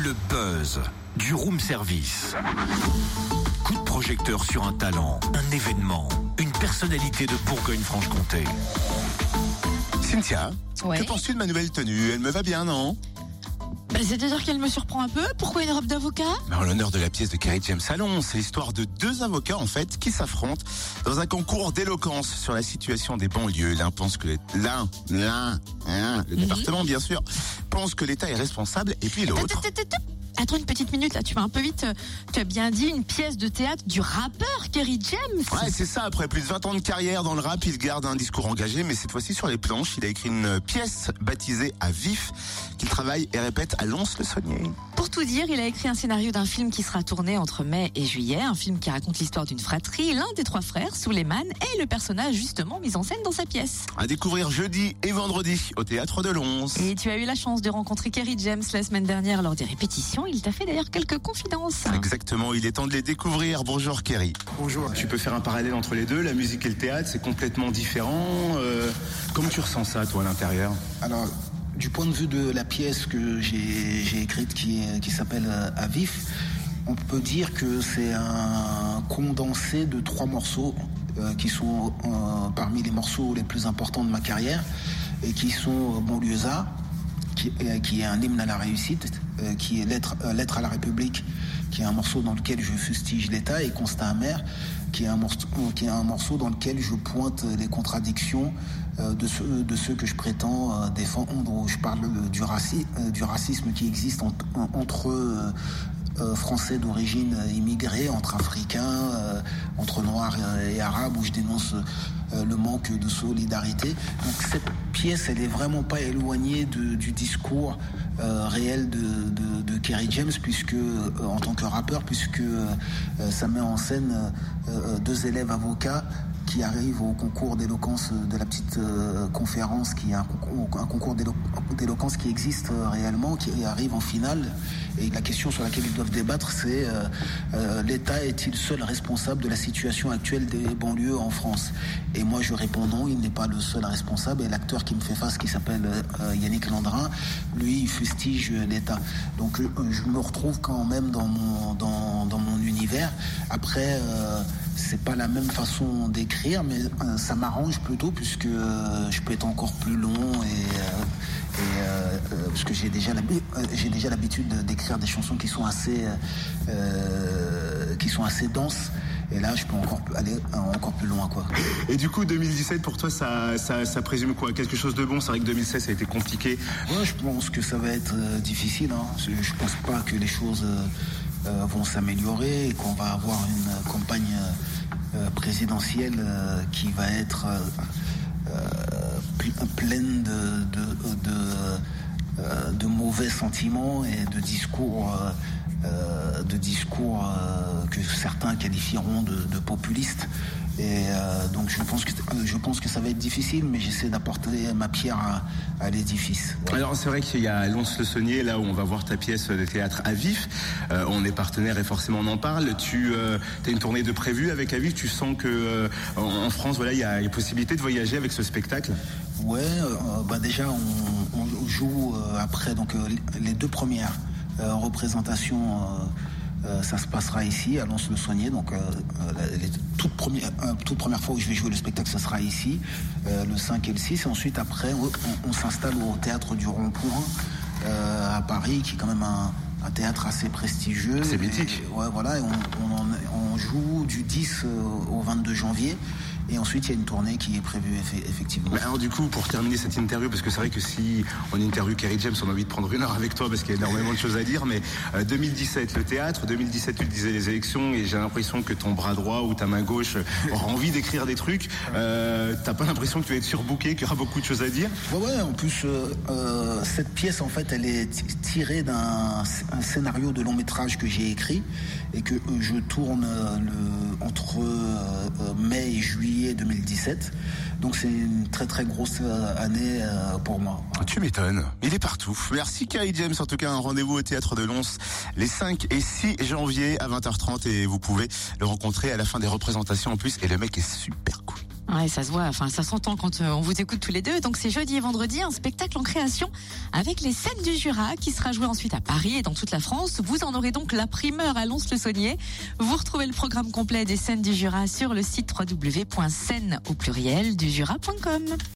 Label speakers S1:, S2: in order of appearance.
S1: Le buzz du room service. Coup de projecteur sur un talent, un événement, une personnalité de Bourgogne-Franche-Comté.
S2: Cynthia,
S3: Ouais.
S2: que penses-tu de ma nouvelle tenue? Elle me va bien, non?
S3: C'est-à-dire qu'elle me surprend un peu. Pourquoi une robe d'avocat?
S2: En l'honneur de la pièce de Kerry James Salon, c'est l'histoire de deux avocats en fait qui s'affrontent dans un concours d'éloquence sur la situation des banlieues. L'un pense que le département bien sûr pense que l'État est responsable et puis l'autre.
S3: Attends une petite minute, là, tu vas un peu vite. Tu as bien dit une pièce de théâtre du rappeur Kerry James.
S2: Ouais, c'est ça. Après plus de 20 ans de carrière dans le rap, il garde un discours engagé, mais cette fois-ci sur les planches, il a écrit une pièce baptisée À Vif, qu'il travaille et répète à Lons-le-Saunier.
S3: Pour tout dire, il a écrit un scénario d'un film qui sera tourné entre mai et juillet. Un film qui raconte l'histoire d'une fratrie. L'un des trois frères, Souleymane, est le personnage justement mis en scène dans sa pièce.
S2: À découvrir jeudi et vendredi au Théâtre de Lons.
S3: Et tu as eu la chance de rencontrer Kerry James la semaine dernière lors des répétitions. Il t'a fait d'ailleurs quelques confidences.
S2: Exactement, il est temps de les découvrir. Bonjour Kerry.
S4: Bonjour. Tu peux faire un parallèle entre les deux, la musique et le théâtre, c'est complètement différent. Comment tu ressens ça, toi, à l'intérieur?
S5: Alors, du point de vue de la pièce que j'ai écrite qui s'appelle À Vif, on peut dire que c'est un condensé de 3 morceaux qui sont parmi les morceaux les plus importants de ma carrière et qui sont Banlieusard, qui est un hymne à la réussite, qui est Lettre à la République, qui est un morceau dans lequel je fustige l'État, et Constat amer, qui est un morceau dans lequel je pointe les contradictions de ceux que je prétends défendre, où je parle du racisme qui existe entre Français d'origine immigrée, entre Africains, entre Noirs et Arabes, où je dénonce le manque de solidarité. Donc cette pièce, elle est vraiment pas éloignée du discours réel de Kerry James, puisque en tant que rappeur, puisque ça met en scène 2 élèves avocats qui arrivent au concours d'éloquence de la petite conférence, qui est un concours d'éloquence qui existe réellement, qui arrive en finale. Et la question sur laquelle ils doivent débattre, c'est l'État est-il seul responsable de la situation actuelle des banlieues en France? Et moi je réponds non, il n'est pas le seul responsable. Et l'acteur qui me fait face, qui s'appelle Yannick Landrin, lui il fustige l'État. Donc je me retrouve quand même dans mon univers. Après c'est pas la même façon d'écrire, mais ça m'arrange plutôt, puisque je peux être encore plus long parce que j'ai déjà l'habitude d'écrire des chansons qui sont assez denses. Et là, je peux aller encore plus loin, quoi.
S4: Et du coup, 2017, pour toi, ça présume quoi? Quelque chose de bon? C'est vrai que 2016, ça a été compliqué.
S5: Ouais, je pense que ça va être difficile. Je pense pas que les choses vont s'améliorer et qu'on va avoir une campagne présidentielle qui va être pleine de mauvais sentiments et de discours que certains qualifieront de populistes. Et donc je pense que ça va être difficile, mais j'essaie d'apporter ma pierre à l'édifice.
S4: Ouais. Alors c'est vrai qu'il y a Lons-le-Saunier, là où on va voir ta pièce de théâtre À Vif. On est partenaire et forcément on en parle. Tu as une tournée de prévue avec À Vif. Tu sens que en France, voilà, il y a possibilité de voyager avec ce spectacle?
S5: Ouais, déjà on joue après donc les 2 premières représentations. Ça se passera ici à Lons-le-Saunier, donc les toute première fois où je vais jouer le spectacle, ça sera ici, le 5 et le 6, et ensuite après on s'installe au Théâtre du Rond-Point à Paris, qui est quand même un théâtre assez prestigieux.
S4: C'est mythique.
S5: Ouais, voilà, et on joue du 10 au 22 janvier. Et ensuite, il y a une tournée qui est prévue effectivement.
S4: Alors du coup, pour terminer cette interview, parce que c'est vrai que si on interviewe Kerry James, on a envie de prendre 1 heure avec toi, parce qu'il y a énormément de choses à dire, mais 2017, le théâtre, 2017, tu disais les élections, et j'ai l'impression que ton bras droit ou ta main gauche aura envie d'écrire des trucs. T'as pas l'impression que tu vas être surbooké, qu'il y aura beaucoup de choses à dire?
S5: Ouais, en plus, cette pièce, en fait, elle est tirée d'un scénario de long métrage que j'ai écrit, et que je tourne entre mai et juillet 2017. Donc c'est une très très grosse année pour moi.
S2: Tu m'étonnes, il est partout. Merci Kerry James, en tout cas un rendez-vous au Théâtre de Lons les 5 et 6 janvier à 20h30, et vous pouvez le rencontrer à la fin des représentations en plus, et le mec est super cool.
S3: Ouais, ça se voit, enfin ça s'entend quand on vous écoute tous les deux. Donc c'est jeudi et vendredi, un spectacle en création avec les scènes du Jura qui sera joué ensuite à Paris et dans toute la France. Vous en aurez donc la primeur à Lons-le-Saunier. Vous retrouvez le programme complet des scènes du Jura sur le site www.scènes au pluriel du jura.com.